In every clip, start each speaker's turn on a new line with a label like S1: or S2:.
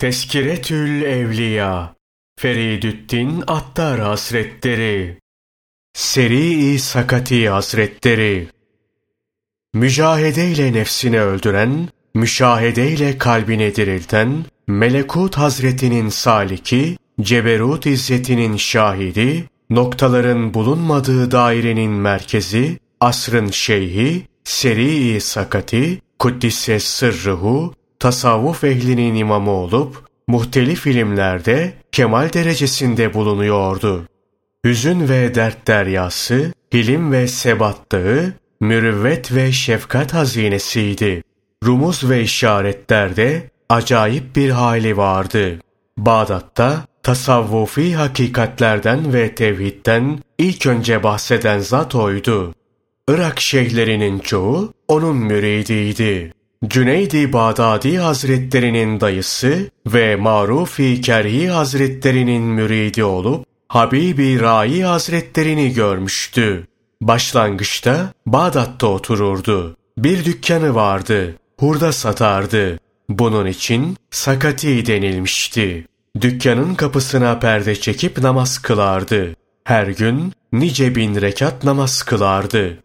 S1: Tezkiretül Evliya Feridüddin Attar Hazretleri Seri-i Sakati Hazretleri Mücahedeyle nefsini öldüren, müşahedeyle kalbini dirilten, Melekut Hazretinin saliki, Ceberut İzzetinin şahidi, noktaların bulunmadığı dairenin merkezi, asrın şeyhi, Seri-i Sakati, Kuddise Sırrıhu, tasavvuf ehlinin imamı olup, muhtelif ilimlerde kemal derecesinde bulunuyordu. Hüzün ve dert deryası, hilim ve sebat dağı, mürüvvet ve şefkat hazinesiydi. Rumuz ve işaretlerde acayip bir hali vardı. Bağdat'ta tasavvufi hakikatlerden ve tevhidden ilk önce bahseden zat oydu. Irak şeyhlerinin çoğu onun müridiydi. Cüneyd-i Bağdadi Hazretlerinin dayısı ve Maruf-i Kerhi Hazretlerinin müridi olup Habib-i Rai Hazretlerini görmüştü. Başlangıçta Bağdat'ta otururdu. Bir dükkanı vardı. Hurda satardı. Bunun için Sakati denilmişti. Dükkanın kapısına perde çekip namaz kılardı. Her gün nice bin rekat namaz kılardı.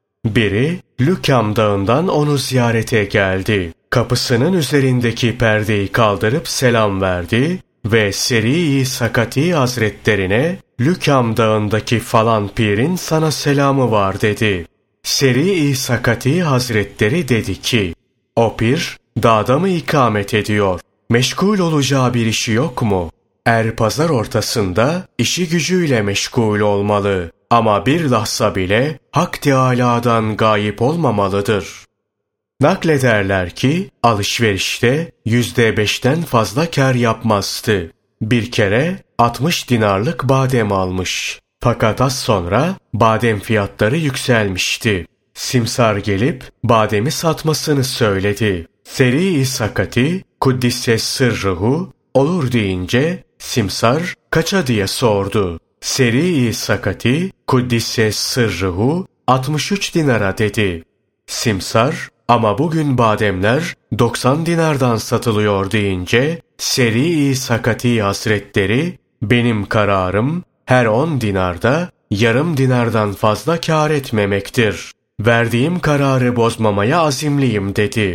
S1: Biri Lükam Dağı'ndan onu ziyarete geldi. Kapısının üzerindeki perdeyi kaldırıp selam verdi ve Seri-i Sakati Hazretlerine Lükam Dağı'ndaki falan pirin sana selamı var dedi. Seri-i Sakati Hazretleri dedi ki, o pir dağda mı ikamet ediyor? Meşgul olacağı bir işi yok mu? Pazar ortasında işi gücüyle meşgul olmalı. Ama bir lahza bile Hak Teâlâ'dan gayip olmamalıdır. Naklederler ki alışverişte %5'ten fazla kar yapmazdı. Bir kere 60 dinarlık badem almış. Fakat az sonra badem fiyatları yükselmişti. Simsar gelip bademi satmasını söyledi. Seri-i Sakati Kuddise Sırrıhu olur deyince Simsar kaça diye sordu. Seri-i Sakati Kuddise Sırrıhu 63 dinara dedi. Simsar ama bugün bademler 90 dinardan satılıyor deyince Seri-i Sakati Hazretleri benim kararım her 10 dinarda yarım dinardan fazla kâr etmemektir. Verdiğim kararı bozmamaya azimliyim dedi.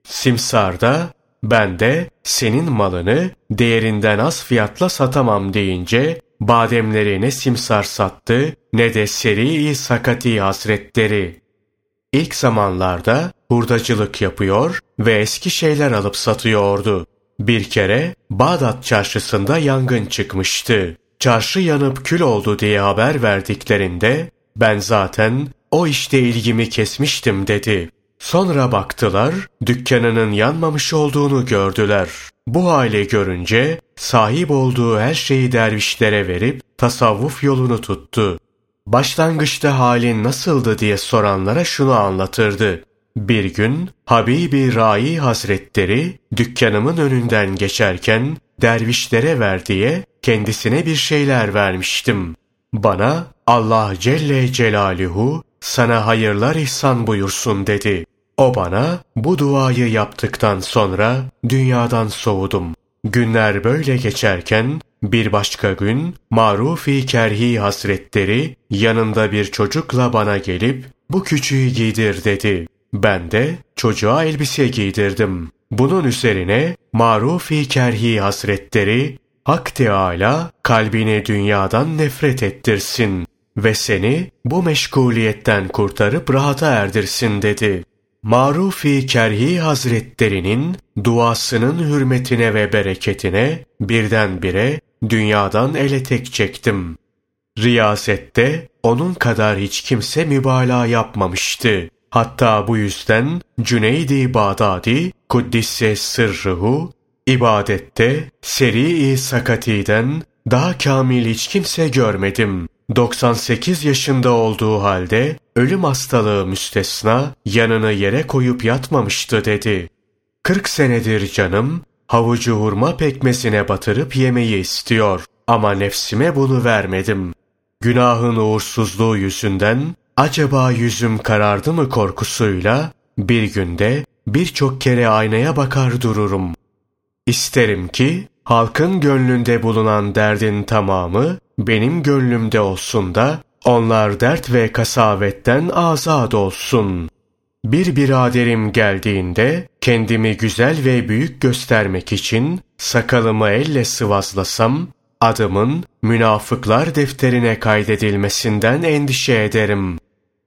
S1: Simsar da ben de senin malını değerinden az fiyatla satamam deyince bademleri ne Simsar sattı ne de Seri-i Sakati Hazretleri. İlk zamanlarda hurdacılık yapıyor ve eski şeyler alıp satıyordu. Bir kere Bağdat çarşısında yangın çıkmıştı. Çarşı yanıp kül oldu diye haber verdiklerinde ben zaten o işte ilgimi kesmiştim dedi. Sonra baktılar, dükkanının yanmamış olduğunu gördüler. Bu hali görünce sahip olduğu her şeyi dervişlere verip tasavvuf yolunu tuttu. Başlangıçta halin nasıldı diye soranlara şunu anlatırdı. Bir gün Habib-i Rai Hazretleri dükkanımın önünden geçerken dervişlere ver diye kendisine bir şeyler vermiştim. Bana Allah Celle Celaluhu sana hayırlar ihsan buyursun dedi. O bana bu duayı yaptıktan sonra dünyadan soğudum. Günler böyle geçerken bir başka gün Maruf-i Kerhi Hazretleri yanında bir çocukla bana gelip bu küçüğü giydir dedi. Ben de çocuğa elbise giydirdim. Bunun üzerine Maruf-i Kerhi Hazretleri Hak Teâlâ kalbini dünyadan nefret ettirsin ve seni bu meşguliyetten kurtarıp rahata erdirsin dedi. Maruf-i Kerhi Hazretlerinin duasının hürmetine ve bereketine birdenbire dünyadan ele tek çektim. Riyazette onun kadar hiç kimse mübalağa yapmamıştı. Hatta bu yüzden Cüneyd-i Bağdadi Kuddise Sırrıhu ibadette Seri-i Sakati'den daha kamil hiç kimse görmedim. 98 yaşında olduğu halde ölüm hastalığı müstesna yanını yere koyup yatmamıştı dedi. 40 senedir canım havucu hurma pekmezine batırıp yemeyi istiyor ama nefsime bunu vermedim. Günahın uğursuzluğu yüzünden acaba yüzüm karardı mı korkusuyla bir günde birçok kere aynaya bakar dururum. İsterim ki halkın gönlünde bulunan derdin tamamı benim gönlümde olsun da onlar dert ve kasavetten azad olsun. Bir biraderim geldiğinde kendimi güzel ve büyük göstermek için sakalımı elle sıvazlasam, adımın münafıklar defterine kaydedilmesinden endişe ederim.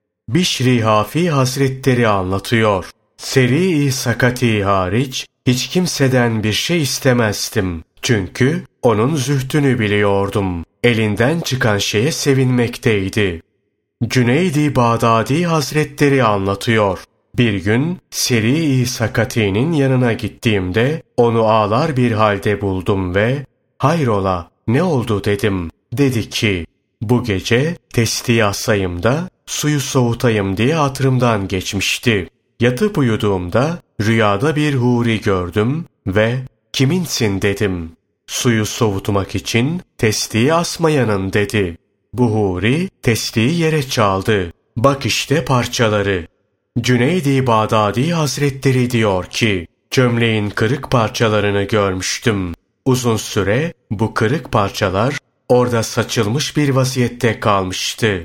S1: Bişri Hafi Hazretleri anlatıyor. Seri-i Sakati hariç hiç kimseden bir şey istemezdim. Çünkü onun zühdünü biliyordum. Elinden çıkan şeye sevinmekteydi. Cüneyd-i Bağdadi Hazretleri anlatıyor. Bir gün Seri-i Sakati'nin yanına gittiğimde onu ağlar bir halde buldum ve "Hayrola, ne oldu?" dedim. Dedi ki, "Bu gece testiyi asayım da suyu soğutayım diye hatırımdan geçmişti. Yatıp uyuduğumda rüyada bir huri gördüm ve 'Kiminsin?' dedim. 'Suyu soğutmak için testiyi asmayanın' dedi. Bu huri testiyi yere çaldı. Bak işte parçaları." Cüneyd-i Bağdadi Hazretleri diyor ki, "Çömleğin kırık parçalarını görmüştüm. Uzun süre bu kırık parçalar orada saçılmış bir vaziyette kalmıştı."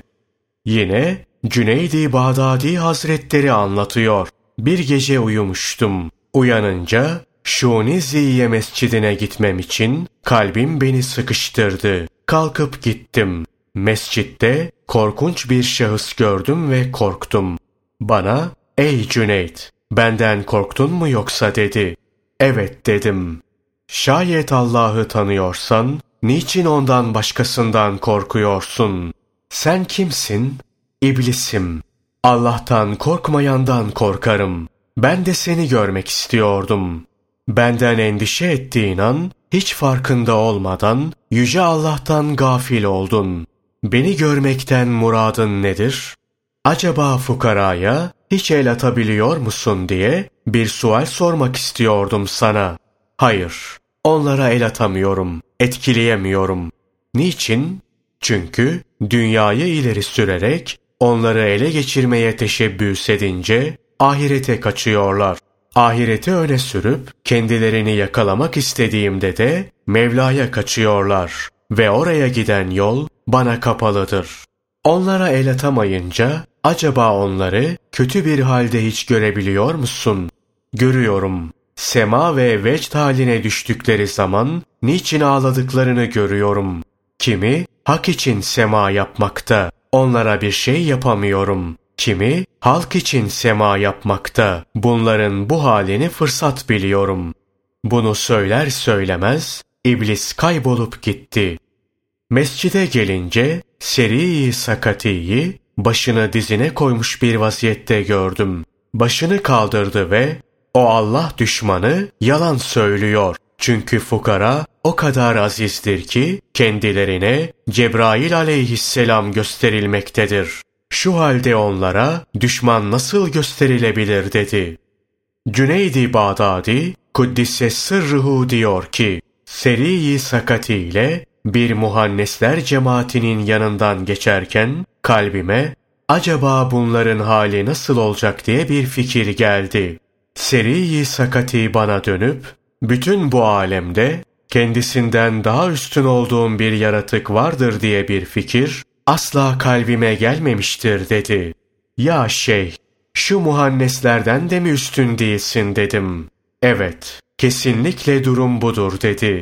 S1: Yine Cüneyd-i Bağdadi Hazretleri anlatıyor. Bir gece uyumuştum. Uyanınca Şuniziye Mescidine gitmem için kalbim beni sıkıştırdı. Kalkıp gittim. Mescitte korkunç bir şahıs gördüm ve korktum. Bana, "Ey Cüneyt, benden korktun mu yoksa?" dedi. "Evet," dedim. "Şayet Allah'ı tanıyorsan, niçin ondan başkasından korkuyorsun? Sen kimsin?" "İblisim. Allah'tan korkmayandan korkarım. Ben de seni görmek istiyordum." Benden endişe ettiğin an, hiç farkında olmadan Yüce Allah'tan gafil oldun. Beni görmekten muradın nedir? Acaba fukaraya hiç el atabiliyor musun diye bir sual sormak istiyordum sana. Hayır, onlara el atamıyorum, etkileyemiyorum. Niçin? Çünkü dünyayı ileri sürerek onları ele geçirmeye teşebbüs edince ahirete kaçıyorlar. Ahireti öne sürüp kendilerini yakalamak istediğimde de Mevla'ya kaçıyorlar ve oraya giden yol bana kapalıdır. Onlara el atamayınca acaba onları kötü bir halde hiç görebiliyor musun? Görüyorum. Sema ve vecd haline düştükleri zaman niçin ağladıklarını görüyorum. Kimi hak için sema yapmakta, onlara bir şey yapamıyorum. Kimi halk için sema yapmakta, bunların bu halini fırsat biliyorum. Bunu söyler söylemez iblis kaybolup gitti. Mescide gelince Seri-i Sakati'yi başını dizine koymuş bir vaziyette gördüm. Başını kaldırdı ve "O Allah düşmanı yalan söylüyor. Çünkü fukara o kadar azizdir ki kendilerine Cebrail aleyhisselam gösterilmektedir. Şu halde onlara düşman nasıl gösterilebilir?" dedi. Cüneyd-i Bağdadi Kuddise Sırruhu diyor ki, Seri-i Sakati ile bir muhannesler cemaatinin yanından geçerken kalbime acaba bunların hali nasıl olacak diye bir fikir geldi. Seri-i Sakati bana dönüp bütün bu alemde kendisinden daha üstün olduğum bir yaratık vardır diye bir fikir asla kalbime gelmemiştir dedi. Ya şeyh, şu muhanneslerden de mi üstün değilsin dedim. Evet, kesinlikle durum budur dedi.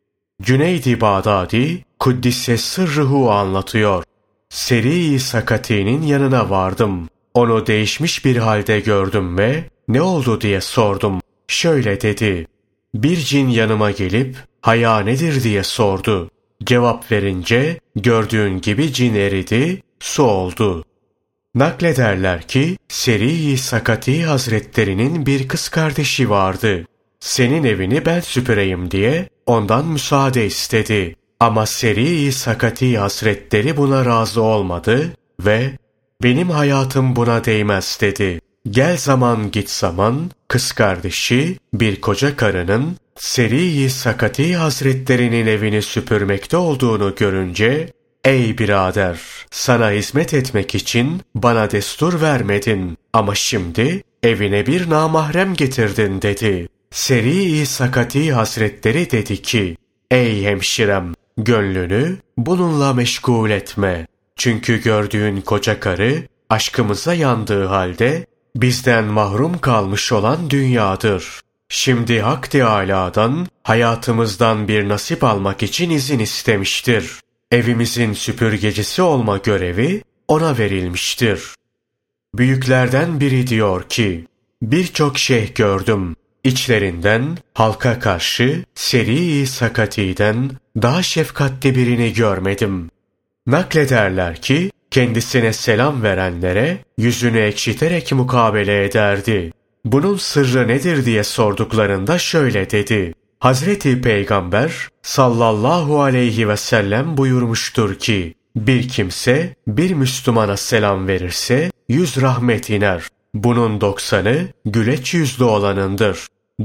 S1: Cüneyd-i Bağdadi Kuddise Sırruhu anlatıyor. Seri-i Sakati'nin yanına vardım. Onu değişmiş bir halde gördüm ve ne oldu diye sordum. Şöyle dedi. Bir cin yanıma gelip haya nedir diye sordu. Cevap verince gördüğün gibi cin eridi, su oldu. Naklederler ki Seri-i Sakati Hazretlerinin bir kız kardeşi vardı. Senin evini ben süpüreyim diye ondan müsaade istedi. Ama Seri-i Sakati Hazretleri buna razı olmadı ve benim hayatım buna değmez dedi. Gel zaman git zaman kız kardeşi bir koca karının Seri-i Sakati Hazretlerinin evini süpürmekte olduğunu görünce "Ey birader, sana hizmet etmek için bana destur vermedin ama şimdi evine bir namahrem getirdin." dedi. Seri-i Sakati Hazretleri dedi ki, ey hemşirem, gönlünü bununla meşgul etme. Çünkü gördüğün koca karı aşkımıza yandığı halde bizden mahrum kalmış olan dünyadır. Şimdi Hak Teâlâ'dan hayatımızdan bir nasip almak için izin istemiştir. Evimizin süpürgecisi olma görevi ona verilmiştir. Büyüklerden biri diyor ki, birçok şeyh gördüm. İçlerinden halka karşı Seri-i Sakati'den daha şefkatli birini görmedim. Naklederler ki, kendisine selam verenlere yüzünü ekşiterek mukabele ederdi. Bunun sırrı nedir diye sorduklarında şöyle dedi. Hazreti Peygamber sallallahu aleyhi ve sellem buyurmuştur ki, bir kimse bir Müslümana selam verirse 100 rahmet iner. Bunun 90'ı güleç yüzlü olanındır.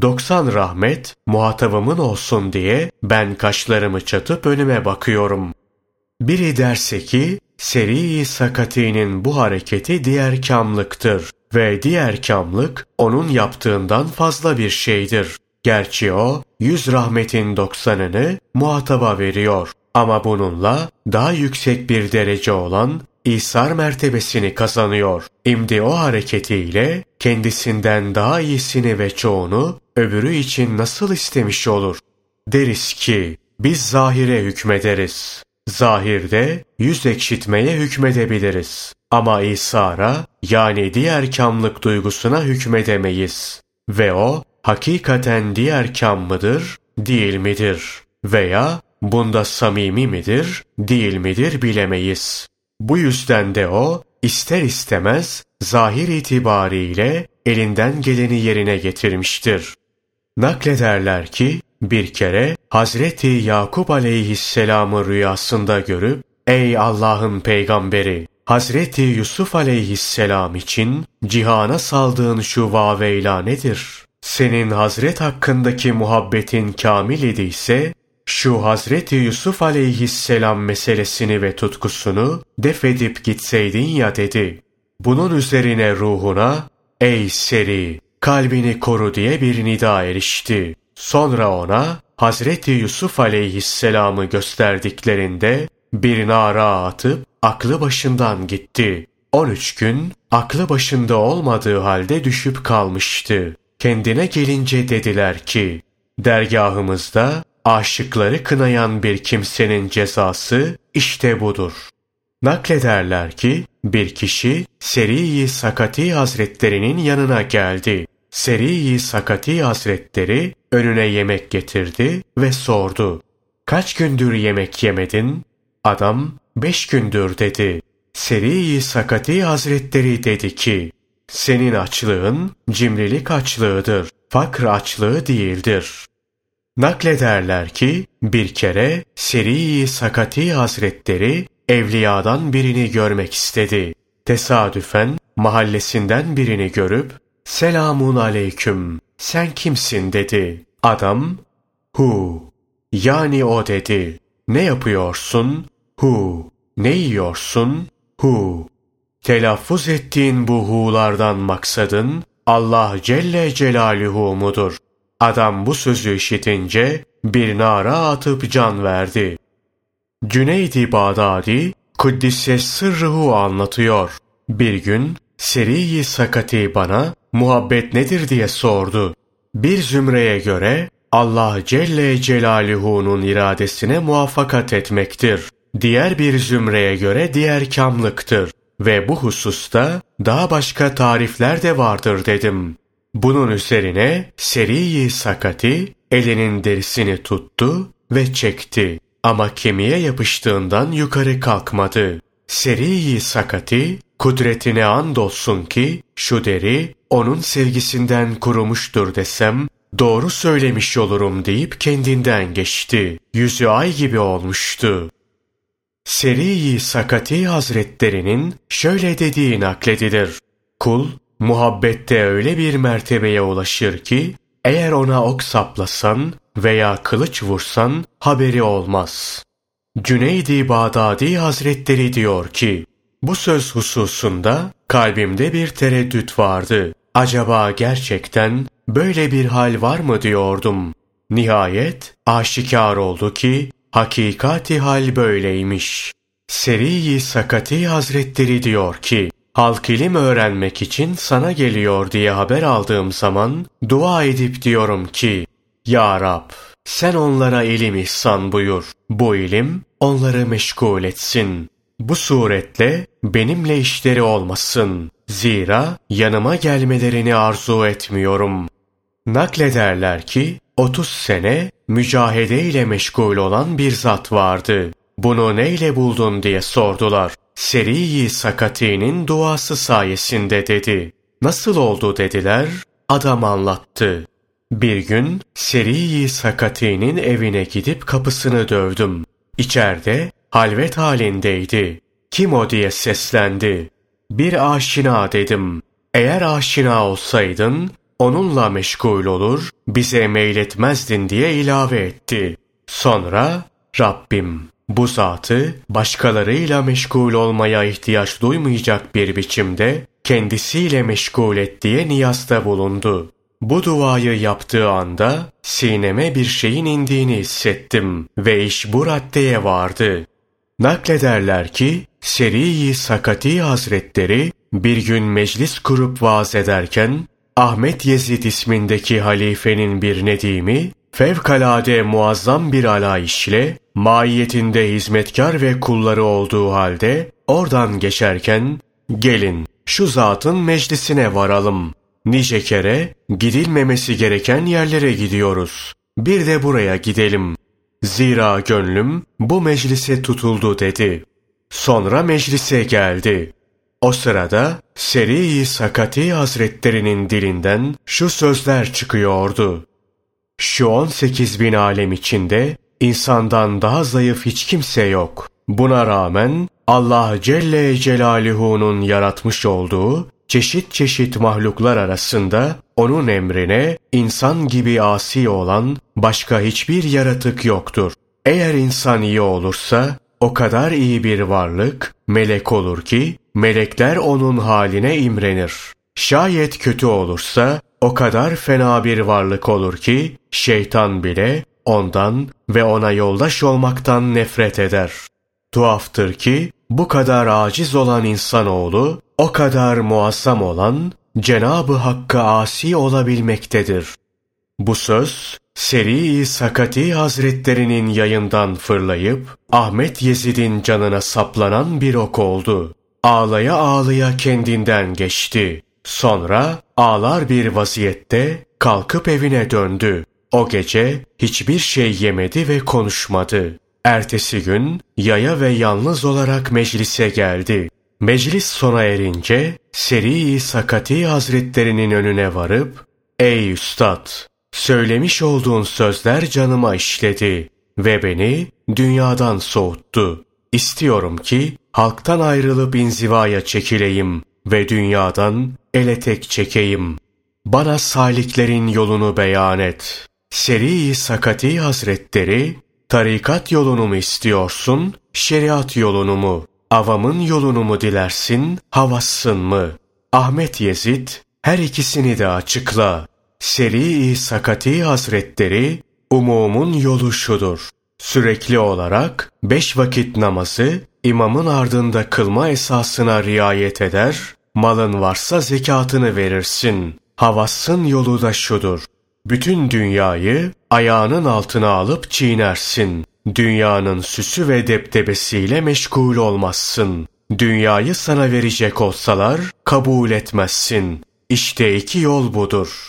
S1: 90 rahmet muhatabımın olsun diye ben kaşlarımı çatıp önüme bakıyorum. Biri derse ki, Seri-i Sakati'nin bu hareketi diğer kamlıktır ve diğer kamlık onun yaptığından fazla bir şeydir. Gerçi o 100 rahmetin 90'ını muhataba veriyor ama bununla daha yüksek bir derece olan İsar mertebesini kazanıyor. Şimdi o hareketiyle kendisinden daha iyisini ve çoğunu öbürü için nasıl istemiş olur? Deriz ki, biz zahire hükmederiz. Zahirde yüz ekşitmeye hükmedebiliriz. Ama İsar'a yani diğer kamlık duygusuna hükmedemeyiz. Ve o hakikaten diğer kam mıdır, değil midir? Veya bunda samimi midir, değil midir bilemeyiz. Bu yüzden de o ister istemez zahir itibariyle elinden geleni yerine getirmiştir. Naklederler ki bir kere Hazreti Yakup aleyhisselamı rüyasında görüp, ey Allah'ın peygamberi, Hazreti Yusuf aleyhisselam için cihana saldığın şu vaveyla nedir? Senin Hazret hakkındaki muhabbetin kamil idiyse, şu Hazreti Yusuf aleyhisselam meselesini ve tutkusunu def edip gitseydin ya dedi. Bunun üzerine ruhuna, ey Seri, kalbini koru diye bir nida erişti. Sonra ona Hazreti Yusuf aleyhisselamı gösterdiklerinde bir nara atıp aklı başından gitti. 13 gün aklı başında olmadığı halde düşüp kalmıştı. Kendine gelince dediler ki, dergahımızda aşıkları kınayan bir kimsenin cezası işte budur. Naklederler ki bir kişi Seri-i Sakati Hazretlerinin yanına geldi. Seri-i Sakati Hazretleri önüne yemek getirdi ve sordu. Kaç gündür yemek yemedin? Adam 5 gündür dedi. Seri-i Sakati Hazretleri dedi ki, senin açlığın cimrilik açlığıdır, fakr açlığı değildir. Naklederler ki bir kere Seri-i Sakati Hazretleri evliyadan birini görmek istedi. Tesadüfen mahallesinden birini görüp selamun aleyküm, sen kimsin dedi. Adam hu, yani o dedi. Ne yapıyorsun? Hu. Ne yiyorsun? Hu. Telaffuz ettiğin bu hu'lardan maksadın Allah Celle Celaluhu mudur? Adam bu sözü işitince bir nara atıp can verdi. Cüneyd-i Bağdadi Kuddisses Sırrıhu anlatıyor. Bir gün Seri-i Sakati bana muhabbet nedir diye sordu. Bir zümreye göre Allah Celle Celaluhu'nun iradesine muvaffakat etmektir. Diğer bir zümreye göre diğer kamlıktır. Ve bu hususta daha başka tarifler de vardır dedim. Bunun üzerine Seri-i Sakati elinin derisini tuttu ve çekti. Ama kemiğe yapıştığından yukarı kalkmadı. Seri-i Sakati, kudretine andolsun ki şu deri onun sevgisinden kurumuştur desem doğru söylemiş olurum deyip kendinden geçti. Yüzü ay gibi olmuştu. Seri-i Sakati Hazretlerinin şöyle dediği nakledilir. Kul, muhabbette öyle bir mertebeye ulaşır ki, eğer ona ok saplasan veya kılıç vursan haberi olmaz. Cüneyd-i Bağdadi Hazretleri diyor ki, bu söz hususunda kalbimde bir tereddüt vardı. Acaba gerçekten böyle bir hal var mı diyordum. Nihayet aşikar oldu ki hakikati hal böyleymiş. Seri-i Sakati Hazretleri diyor ki, halk ilim öğrenmek için sana geliyor diye haber aldığım zaman dua edip diyorum ki, Ya Rab, sen onlara ilim ihsan buyur. Bu ilim onları meşgul etsin. Bu suretle benimle işleri olmasın. Zira yanıma gelmelerini arzu etmiyorum. Naklederler ki 30 sene mücahede meşgul olan bir zat vardı. Bunu neyle buldun diye sordular. Seri-i Sakati'nin duası sayesinde dedi. Nasıl oldu dediler. Adam anlattı. Bir gün Seri-i Sakati'nin evine gidip kapısını dövdüm. İçeride halvet halindeydi. Kim o diye seslendi. Bir aşina dedim. Eğer aşina olsaydın onunla meşgul olur, bize meyletmezdin diye ilave etti. Sonra Rabbim bu zatı başkalarıyla meşgul olmaya ihtiyaç duymayacak bir biçimde kendisiyle meşgul et diye niyazda bulundu. Bu duayı yaptığı anda sineme bir şeyin indiğini hissettim ve iş bu raddeye vardı. Naklederler ki Seri-i Sakati Hazretleri bir gün meclis kurup vaaz ederken Ahmet Yezid ismindeki halifenin bir nedimi fevkalade muazzam bir alayişle mahiyetinde hizmetkar ve kulları olduğu halde oradan geçerken gelin şu zatın meclisine varalım. Nice kere gidilmemesi gereken yerlere gidiyoruz. Bir de buraya gidelim. Zira gönlüm bu meclise tutuldu dedi. Sonra meclise geldi. O sırada Seri-i Sakati Hazretlerinin dilinden şu sözler çıkıyordu. Şu 18.000 alem içinde insandan daha zayıf hiç kimse yok. Buna rağmen Allah Celle Celaluhu'nun yaratmış olduğu çeşit çeşit mahluklar arasında onun emrine insan gibi asi olan başka hiçbir yaratık yoktur. Eğer insan iyi olursa o kadar iyi bir varlık, melek olur ki melekler onun haline imrenir. Şayet kötü olursa o kadar fena bir varlık olur ki şeytan bile ondan ve ona yoldaş olmaktan nefret eder. Tuhaftır ki bu kadar aciz olan insanoğlu o kadar muazzam olan Cenab-ı Hakk'a asi olabilmektedir. Bu söz Seri-i Sakati Hazretlerinin yayından fırlayıp Ahmet Yezid'in canına saplanan bir ok oldu. Ağlaya ağlaya kendinden geçti. Sonra ağlar bir vaziyette kalkıp evine döndü. O gece hiçbir şey yemedi ve konuşmadı. Ertesi gün yaya ve yalnız olarak meclise geldi. Meclis sona erince Seri-i Sakati Hazretlerinin önüne varıp "Ey üstad! Söylemiş olduğun sözler canıma işledi ve beni dünyadan soğuttu. İstiyorum ki halktan ayrılıp inzivaya çekileyim ve dünyadan ele tek çekeyim. Bana saliklerin yolunu beyan et." Seri-i Sakati Hazretleri, tarikat yolunu mu istiyorsun, şeriat yolunu mu, avamın yolunu mu dilersin, havassın mı? Ahmet Yezid, her ikisini de açıkla. Seri-i Sakati Hazretleri, umumun yolu şudur. Sürekli olarak 5 vakit namazı imamın ardında kılma esasına riayet eder, malın varsa zekatını verirsin. Havassın yolu da şudur. Bütün dünyayı ayağının altına alıp çiğnersin. Dünyanın süsü ve deptebesiyle meşgul olmazsın. Dünyayı sana verecek olsalar kabul etmezsin. İşte 2 yol budur.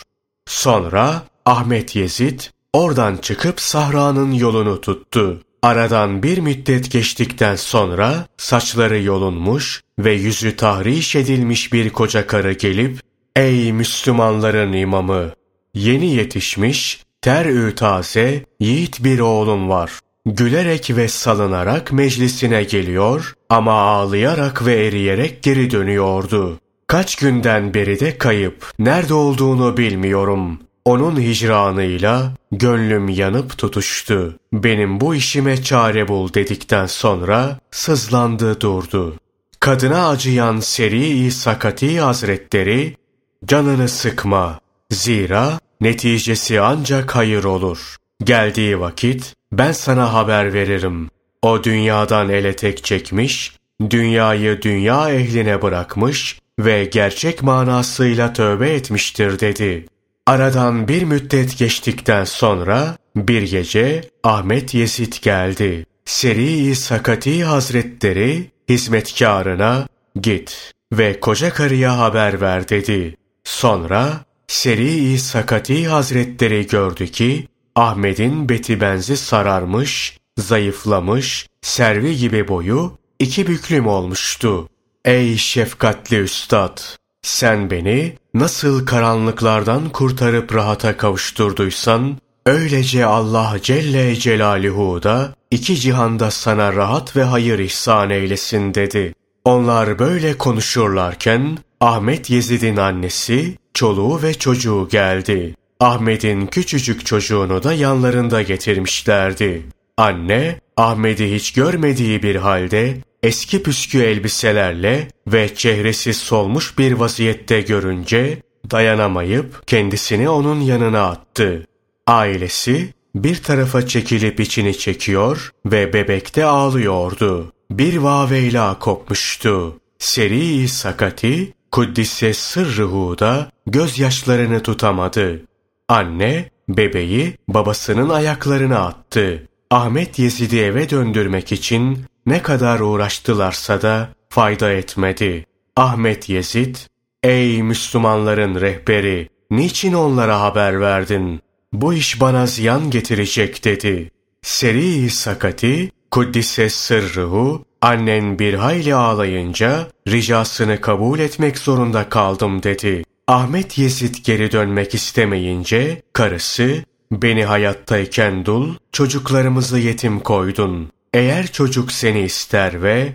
S1: Sonra Ahmet Yezid oradan çıkıp sahranın yolunu tuttu. Aradan bir müddet geçtikten sonra saçları yolunmuş ve yüzü tahriş edilmiş bir koca karı gelip "Ey Müslümanların imamı! Yeni yetişmiş, ter-ü taze, yiğit bir oğlum var. Gülerek ve salınarak meclisine geliyor ama ağlayarak ve eriyerek geri dönüyordu. Kaç günden beri de kayıp, nerede olduğunu bilmiyorum. Onun hicranıyla gönlüm yanıp tutuştu. Benim bu işime çare bul dedikten sonra sızlandı durdu. Kadına acıyan Seri-i Sakati Hazretleri, canını sıkma. Zira neticesi ancak hayır olur. Geldiği vakit ben sana haber veririm. O dünyadan ele tek çekmiş, dünyayı dünya ehline bırakmış ve gerçek manasıyla tövbe etmiştir dedi. Aradan bir müddet geçtikten sonra bir gece Ahmet Yezid geldi. Seri-i Sakati Hazretleri hizmetkârına git ve koca karıya haber ver dedi. Sonra Seri-i Sakati Hazretleri gördü ki Ahmet'in beti benzi sararmış, zayıflamış, servi gibi boyu 2 büklüm olmuştu. Ey şefkatli üstad! Sen beni nasıl karanlıklardan kurtarıp rahata kavuşturduysan, öylece Allah Celle Celaluhu da 2 cihanda sana rahat ve hayır ihsan eylesin dedi. Onlar böyle konuşurlarken Ahmet Yezid'in annesi, çoluğu ve çocuğu geldi. Ahmet'in küçücük çocuğunu da yanlarında getirmişlerdi. Anne, Ahmet'i hiç görmediği bir halde eski püskü elbiselerle ve çehresi solmuş bir vaziyette görünce dayanamayıp kendisini onun yanına attı. Ailesi bir tarafa çekilip içini çekiyor ve bebek de ağlıyordu. Bir vaveyla kopmuştu. Seri-i Sakati, Kuddise Sırrıhu da gözyaşlarını tutamadı. Anne, bebeği babasının ayaklarına attı. Ahmet Yezid'i eve döndürmek için ne kadar uğraştılarsa da fayda etmedi. Ahmet Yezid, ''Ey Müslümanların rehberi, niçin onlara haber verdin? Bu iş bana ziyan getirecek.'' dedi. Seri-i Sakati, Kuddise Sırrıhu, annen bir hayli ağlayınca ricasını kabul etmek zorunda kaldım dedi. Ahmet Yezid geri dönmek istemeyince karısı, ''Beni hayattayken dul, çocuklarımızı yetim koydun. Eğer çocuk seni ister ve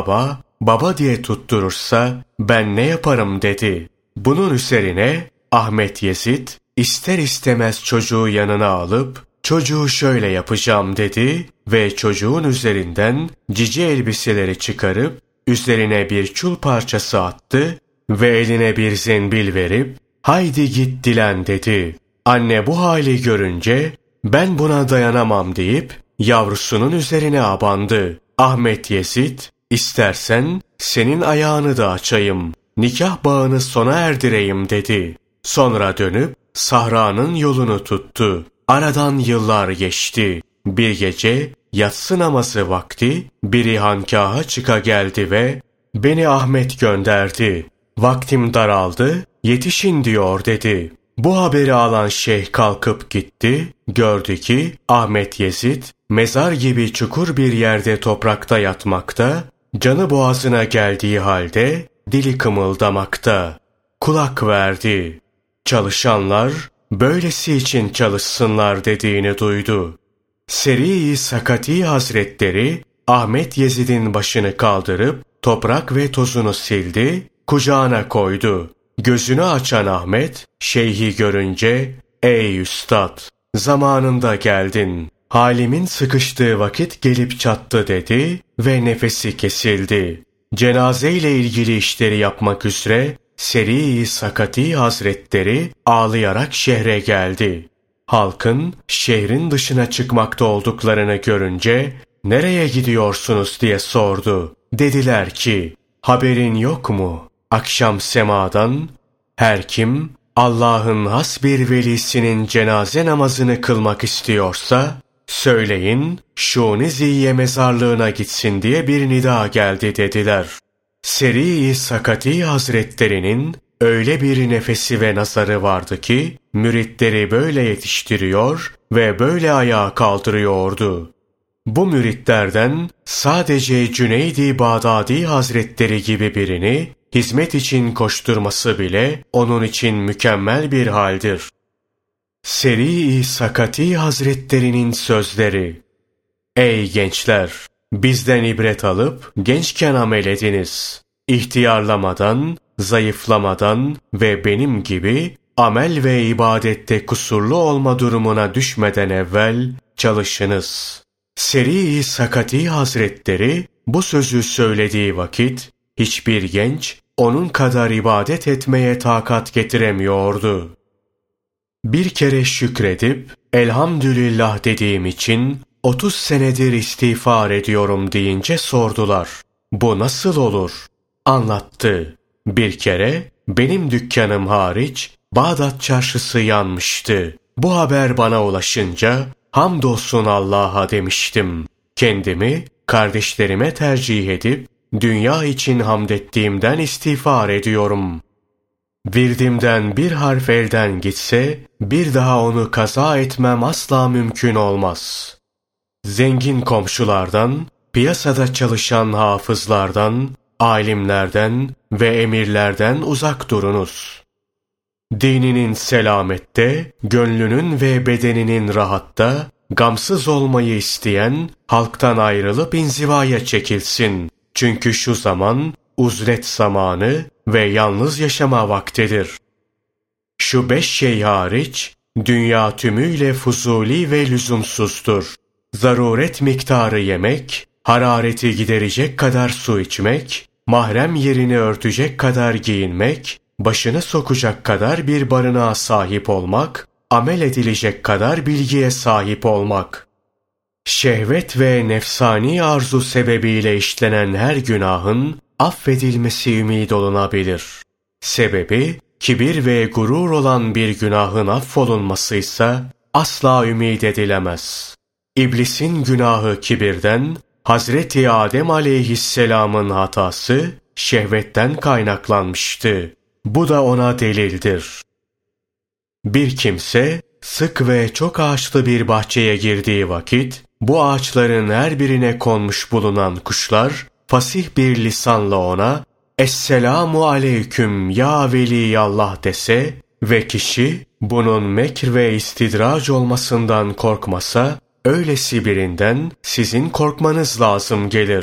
S1: baba diye tutturursa ben ne yaparım?'' dedi. Bunun üzerine Ahmet Yezid ister istemez çocuğu yanına alıp ''Çocuğu şöyle yapacağım.'' dedi ve çocuğun üzerinden cici elbiseleri çıkarıp üzerine bir çul parçası attı ve eline bir zembil verip ''Haydi git dilen.'' dedi. Anne bu hali görünce ''Ben buna dayanamam.'' deyip yavrusunun üzerine abandı. Ahmet Yezid, ''İstersen senin ayağını da açayım, nikah bağını sona erdireyim.'' dedi. Sonra dönüp sahranın yolunu tuttu. Aradan yıllar geçti. Bir gece yatsı namazı vakti biri hankaha çıka geldi ve ''Beni Ahmet gönderdi. Vaktim daraldı, yetişin.'' diyor dedi. Bu haberi alan şeyh kalkıp gitti. Gördü ki Ahmet Yezid mezar gibi çukur bir yerde toprakta yatmakta, canı boğazına geldiği halde dili kımıldamakta. Kulak verdi. Çalışanlar böylesi için çalışsınlar dediğini duydu. Seri-i Sakati Hazretleri Ahmet Yezid'in başını kaldırıp toprak ve tozunu sildi, kucağına koydu. Gözünü açan Ahmet, şeyhi görünce, ''Ey üstad, zamanında geldin. Halimin sıkıştığı vakit gelip çattı.'' dedi ve nefesi kesildi. Cenazeyle ilgili işleri yapmak üzere Seri-i Sakati Hazretleri ağlayarak şehre geldi. Halkın şehrin dışına çıkmakta olduklarını görünce, ''Nereye gidiyorsunuz?'' diye sordu. Dediler ki, ''Haberin yok mu? Akşam semadan her kim Allah'ın has bir velisinin cenaze namazını kılmak istiyorsa söyleyin Şuniziye mezarlığına gitsin diye bir nida geldi.'' dediler. Seri-i Sakati Hazretlerinin öyle bir nefesi ve nazarı vardı ki müritleri böyle yetiştiriyor ve böyle ayağa kaldırıyordu. Bu müritlerden sadece Cüneyd-i Bağdadi Hazretleri gibi birini hizmet için koşturması bile onun için mükemmel bir haldir. Seri-i Sakati Hazretlerinin sözleri: Ey gençler! Bizden ibret alıp gençken amel ediniz. İhtiyarlamadan, zayıflamadan ve benim gibi amel ve ibadette kusurlu olma durumuna düşmeden evvel çalışınız. Seri-i Sakati Hazretleri bu sözü söylediği vakit hiçbir genç onun kadar ibadet etmeye takat getiremiyordu. Bir kere şükredip elhamdülillah dediğim için 30 senedir istiğfar ediyorum deyince sordular. Bu nasıl olur? Anlattı. Bir kere benim dükkanım hariç Bağdat çarşısı yanmıştı. Bu haber bana ulaşınca hamdolsun Allah'a demiştim. Kendimi kardeşlerime tercih edip dünya için hamd ettiğimden istiğfar ediyorum. Virdimden bir harf elden gitse bir daha onu kaza etmem asla mümkün olmaz. Zengin komşulardan, piyasada çalışan hafızlardan, alimlerden ve emirlerden uzak durunuz. Dininin selamette, gönlünün ve bedeninin rahatta, gamsız olmayı isteyen, halktan ayrılıp inzivaya çekilsin. Çünkü şu zaman, uzlet zamanı ve yalnız yaşama vaktidir. Şu 5 şey hariç, dünya tümüyle fuzuli ve lüzumsuzdur. Zaruret miktarı yemek, harareti giderecek kadar su içmek, mahrem yerini örtecek kadar giyinmek, başını sokacak kadar bir barınağa sahip olmak, amel edilecek kadar bilgiye sahip olmak. Şehvet ve nefsani arzu sebebiyle işlenen her günahın affedilmesi ümid olunabilir. Sebebi, kibir ve gurur olan bir günahın affolunmasıysa asla ümid edilemez. İblisin günahı kibirden, Hazreti Adem aleyhisselamın hatası şehvetten kaynaklanmıştı. Bu da ona delildir. Bir kimse sık ve çok ağaçlı bir bahçeye girdiği vakit, bu ağaçların her birine konmuş bulunan kuşlar, fasih bir lisanla ona, "Esselamu aleyküm ya veliyallah" dese ve kişi bunun mekr ve istidrac olmasından korkmasa, öylesi birinden sizin korkmanız lazım gelir.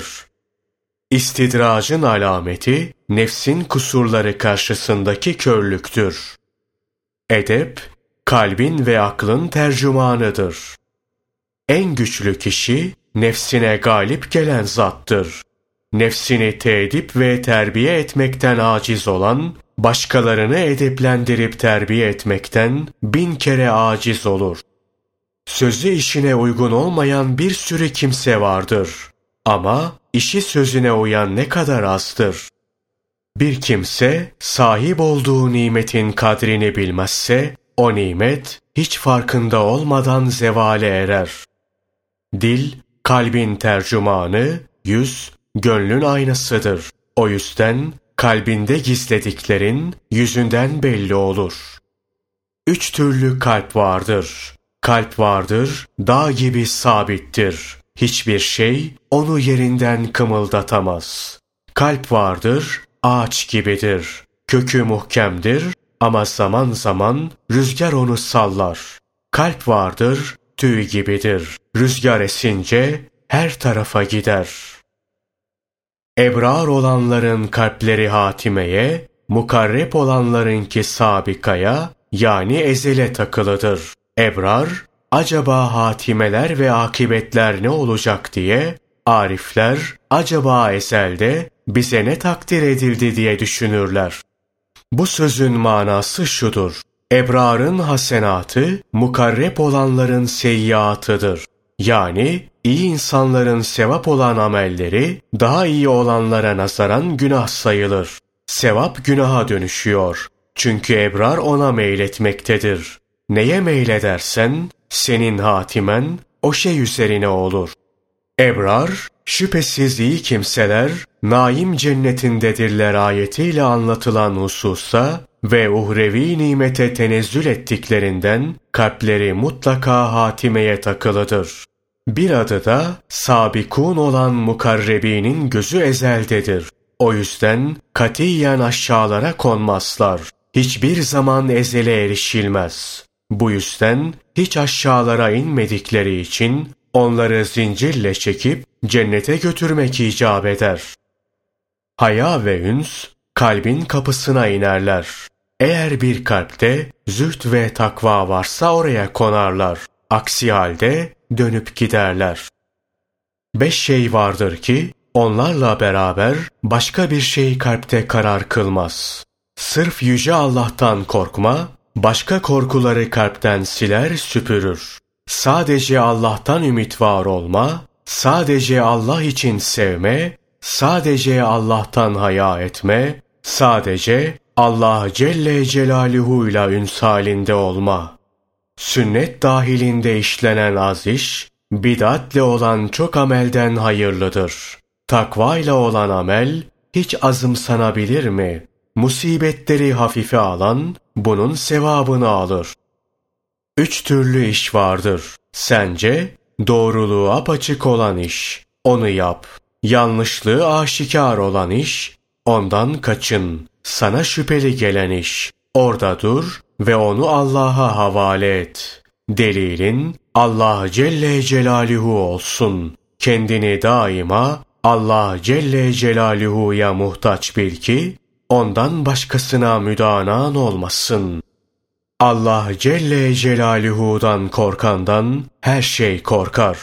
S1: İstidracın alameti, nefsin kusurları karşısındaki körlüktür. Edep, kalbin ve aklın tercümanıdır. En güçlü kişi, nefsine galip gelen zattır. Nefsini teedip ve terbiye etmekten aciz olan, başkalarını edeplendirip terbiye etmekten 1000 kere aciz olur. Sözü işine uygun olmayan bir sürü kimse vardır. Ama işi sözüne uyan ne kadar azdır. Bir kimse sahip olduğu nimetin kadrini bilmezse, o nimet hiç farkında olmadan zevale erer. Dil, kalbin tercümanı, yüz, gönlün aynasıdır. O yüzden kalbinde gizlediklerin yüzünden belli olur. 3 türlü kalp vardır. Kalp vardır, dağ gibi sabittir. Hiçbir şey onu yerinden kımıldatamaz. Kalp vardır, ağaç gibidir. Kökü muhkemdir ama zaman zaman rüzgar onu sallar. Kalp vardır, tüy gibidir. Rüzgar esince her tarafa gider. Ebrar olanların kalpleri hatimeye, mukarreb olanlarınki sabikaya, yani ezele takılıdır. Ebrar, acaba hatimeler ve akıbetler ne olacak diye, arifler, acaba ezelde bize ne takdir edildi diye düşünürler. Bu sözün manası şudur: ebrarın hasenatı, mukarreb olanların seyyiatıdır. Yani iyi insanların sevap olan amelleri, daha iyi olanlara nazaran günah sayılır. Sevap günaha dönüşüyor. Çünkü ebrar ona meyletmektedir. Neye meyledersen, senin hatimen o şey üzerine olur. Ebrar, şüphesiz iyi kimseler, naim cennetindedirler ayetiyle anlatılan hususa ve uhrevi nimete tenezzül ettiklerinden kalpleri mutlaka hatimeye takılıdır. Bir adı da sabikun olan mukarrebinin gözü ezeldedir. O yüzden katiyen aşağılara konmazlar. Hiçbir zaman ezele erişilmez. Bu yüzden hiç aşağılara inmedikleri için onları zincirle çekip cennete götürmek icap eder. Haya ve üns kalbin kapısına inerler. Eğer bir kalpte zühd ve takva varsa oraya konarlar. Aksi halde dönüp giderler. 5 şey vardır ki onlarla beraber başka bir şey kalpte karar kılmaz. Sırf yüce Allah'tan korkma, başka korkuları kalpten siler süpürür. Sadece Allah'tan ümit var olma, sadece Allah için sevme, sadece Allah'tan haya etme, sadece Allah Celle Celaluhu'yla üns halinde olma. Sünnet dahilinde işlenen az iş, bid'atle olan çok amelden hayırlıdır. Takvayla olan amel hiç azımsanabilir mi? Musibetleri hafife alan bunun sevabını alır. 3 türlü iş vardır. Sence doğruluğu apaçık olan iş, onu yap. Yanlışlığı aşikar olan iş, ondan kaçın. Sana şüpheli gelen iş, orada dur ve onu Allah'a havale et. Delilin Allah Celle Celaluhu olsun. Kendini daima Allah Celle Celaluhu'ya muhtaç bil ki, ondan başkasına müdanan olmasın. Allah Celle Celaluhu'dan korkandan her şey korkar.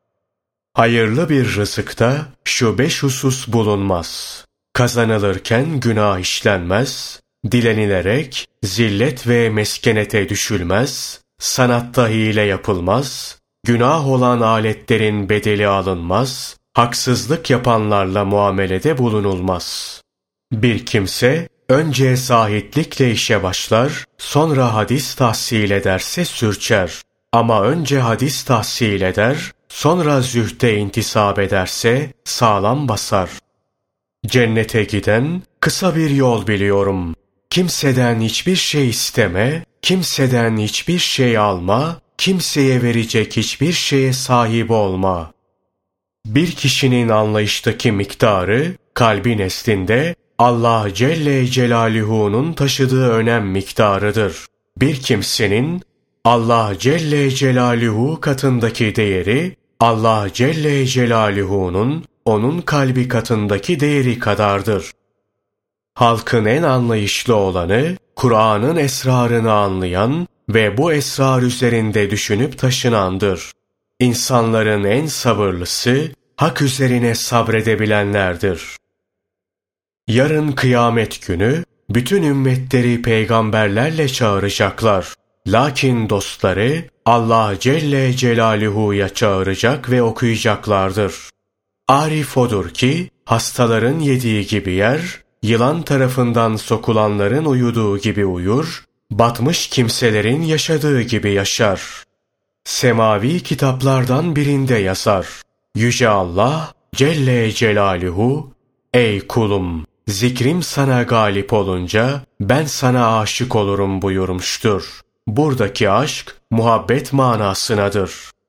S1: Hayırlı bir rızıkta şu 5 husus bulunmaz. Kazanılırken günah işlenmez, dilenilerek zillet ve meskenete düşülmez, sanatta hile yapılmaz, günah olan aletlerin bedeli alınmaz, haksızlık yapanlarla muamelede bulunulmaz. Bir kimse önce zahitlikle işe başlar, sonra hadis tahsil ederse sürçer. Ama önce hadis tahsil eder, sonra zühde intisap ederse sağlam basar. Cennete giden kısa bir yol biliyorum. Kimseden hiçbir şey isteme, kimseden hiçbir şey alma, kimseye verecek hiçbir şeye sahip olma. Bir kişinin anlayıştaki miktarı, kalbi neslinde Allah Celle Celaluhu'nun taşıdığı önem miktarıdır. Bir kimsenin Allah Celle Celaluhu katındaki değeri, Allah Celle Celaluhu'nun onun kalbi katındaki değeri kadardır. Halkın en anlayışlı olanı, Kur'an'ın esrarını anlayan ve bu esrar üzerinde düşünüp taşınandır. İnsanların en sabırlısı, hak üzerine sabredebilenlerdir. Yarın kıyamet günü, bütün ümmetleri peygamberlerle çağıracaklar. Lakin dostları, Allah Celle Celaluhu'ya çağıracak ve okuyacaklardır. Arif odur ki, hastaların yediği gibi yer, yılan tarafından sokulanların uyuduğu gibi uyur, batmış kimselerin yaşadığı gibi yaşar. Semavi kitaplardan birinde yazar. Yüce Allah Celle Celaluhu, ey kulum, zikrim sana galip olunca ben sana aşık olurum buyurmuştur. Buradaki aşk muhabbet manasınadır.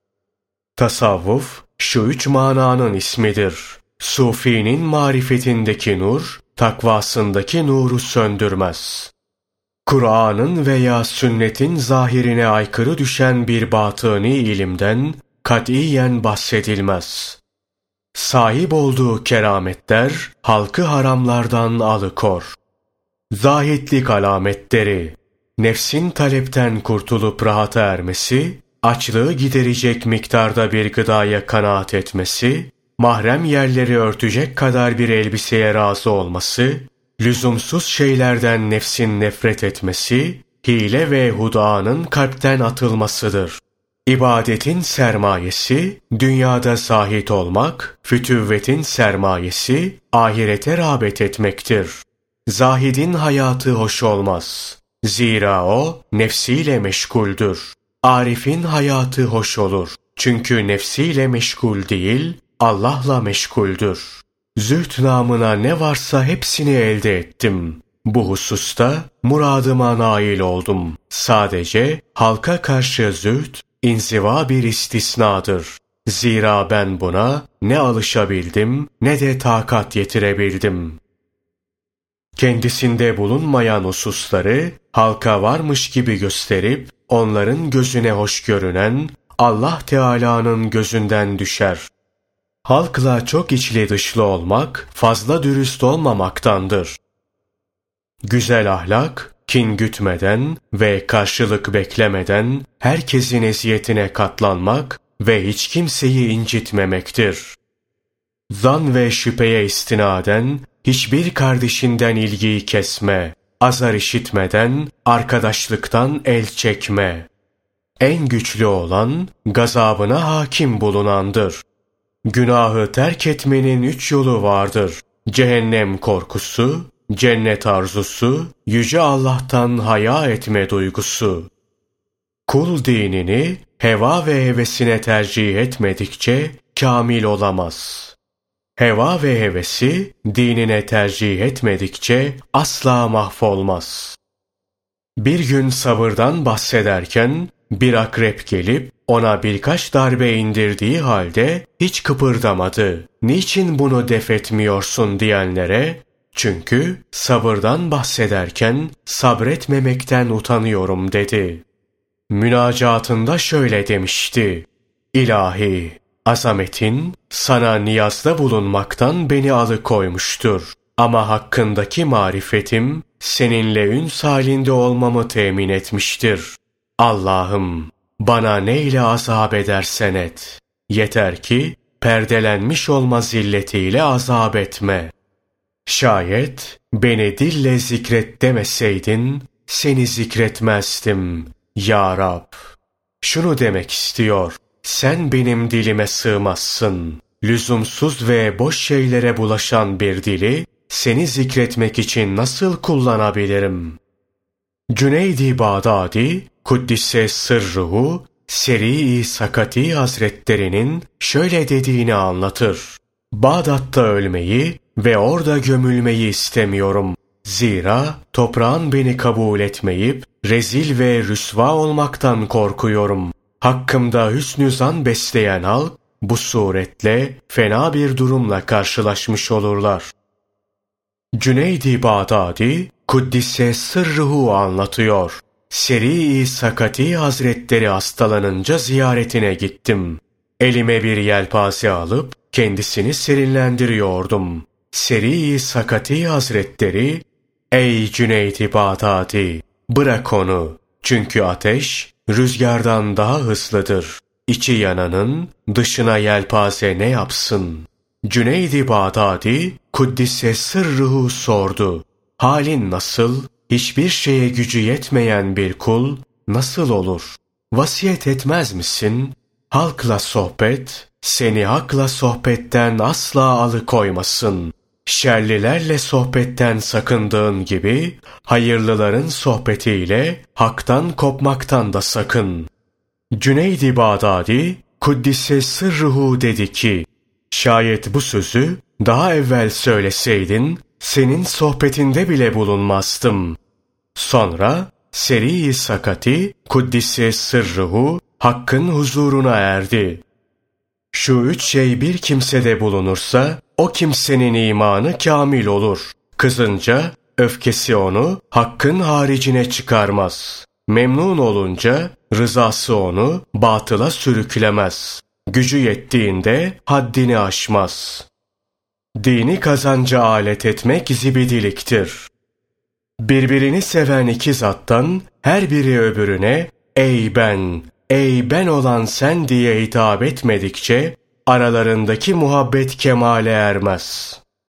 S1: Tasavvuf şu 3 mananın ismidir. Sufinin marifetindeki nur, takvasındaki nuru söndürmez. Kur'an'ın veya sünnetin zahirine aykırı düşen bir batıni ilimden katiyen bahsedilmez. Sahip olduğu kerametler halkı haramlardan alıkor. Zahitlik alametleri, nefsin talepten kurtulup rahata ermesi, açlığı giderecek miktarda bir gıdaya kanaat etmesi, mahrem yerleri örtecek kadar bir elbiseye razı olması, lüzumsuz şeylerden nefsin nefret etmesi, hile ve hudanın kalpten atılmasıdır. İbadetin sermayesi, dünyada zahit olmak, fütüvvetin sermayesi, ahirete rağbet etmektir. Zahidin hayatı hoş olmaz. Zira o, nefsiyle meşguldür. Arif'in hayatı hoş olur. Çünkü nefsiyle meşgul değil, Allah'la meşguldür. Zühd namına ne varsa hepsini elde ettim. Bu hususta muradıma nail oldum. Sadece halka karşı zühd, inziva bir istisnadır. Zira ben buna ne alışabildim ne de takat yetirebildim. Kendisinde bulunmayan hususları halka varmış gibi gösterip onların gözüne hoş görünen Allah Teala'nın gözünden düşer. Halkla çok içli dışlı olmak fazla dürüst olmamaktandır. Güzel ahlak, kin gütmeden ve karşılık beklemeden herkesin eziyetine katlanmak ve hiç kimseyi incitmemektir. Zan ve şüpheye istinaden hiçbir kardeşinden ilgiyi kesme, azar işitmeden arkadaşlıktan el çekme. En güçlü olan gazabına hakim bulunandır. Günahı terk etmenin 3 yolu vardır. Cehennem korkusu, cennet arzusu, yüce Allah'tan haya etme duygusu. Kul dinini heva ve hevesine tercih etmedikçe kamil olamaz. Heva ve hevesi dinine tercih etmedikçe asla mahvolmaz. Bir gün sabırdan bahsederken bir akrep gelip ona birkaç darbe indirdiği halde hiç kıpırdamadı. Niçin bunu def etmiyorsun diyenlere, çünkü sabırdan bahsederken sabretmemekten utanıyorum dedi. Münacatında şöyle demişti: İlahi, azametin sana niyazda bulunmaktan beni alıkoymuştur. Ama hakkındaki marifetim seninle üns halinde olmamı temin etmiştir. Allah'ım, bana neyle azap edersen et. Yeter ki perdelenmiş olma zilletiyle azap etme. Şayet beni dille zikret demeseydin, seni zikretmezdim ya Rab. Şunu demek istiyor: sen benim dilime sığmazsın. Lüzumsuz ve boş şeylere bulaşan bir dili seni zikretmek için nasıl kullanabilirim? Cüneyd-i Bağdadi, Kuddise Sırruhu, Seri-i Sakati Hazretlerinin şöyle dediğini anlatır: Bağdat'ta ölmeyi ve orada gömülmeyi istemiyorum. Zira toprağın beni kabul etmeyip rezil ve rüsva olmaktan korkuyorum. Hakkımda hüsnü zan besleyen halk bu suretle fena bir durumla karşılaşmış olurlar. Cüneyd-i Bağdadi, Kuddise Sırruhu anlatıyor: Seri-i Sakati Hazretleri hastalanınca ziyaretine gittim. Elime bir yelpaze alıp kendisini serinlendiriyordum. Seri-i Sakati Hazretleri, ''Ey Cüneyd-i Bağdadi, bırak onu. Çünkü ateş rüzgardan daha hızlıdır. İçi yananın dışına yelpaze ne yapsın?'' Cüneyd-i Bağdadi, Kuddise Sırruhu sordu: ''Halin nasıl? Hiçbir şeye gücü yetmeyen bir kul nasıl olur? Vasiyet etmez misin? Halkla sohbet, seni hakla sohbetten asla alıkoymasın. Şerlilerle sohbetten sakındığın gibi, hayırlıların sohbetiyle haktan kopmaktan da sakın.'' Cüneyd-i Bağdadi, Kuddise Sırruhu dedi ki, ''Şayet bu sözü daha evvel söyleseydin, senin sohbetinde bile bulunmazdım.'' Sonra Seri-i Sakati, Kuddise Sırruhu, Hakk'ın huzuruna erdi. Şu 3 şey bir kimsede bulunursa, o kimsenin imanı kamil olur. Kızınca, öfkesi onu Hakk'ın haricine çıkarmaz. Memnun olunca, rızası onu batıla sürüklemez. Gücü yettiğinde haddini aşmaz. Dini kazanca alet etmek zibidiliktir. Birbirini seven 2 zattan her biri öbürüne ''Ey ben, ey ben olan sen'' diye hitap etmedikçe aralarındaki muhabbet kemale ermez.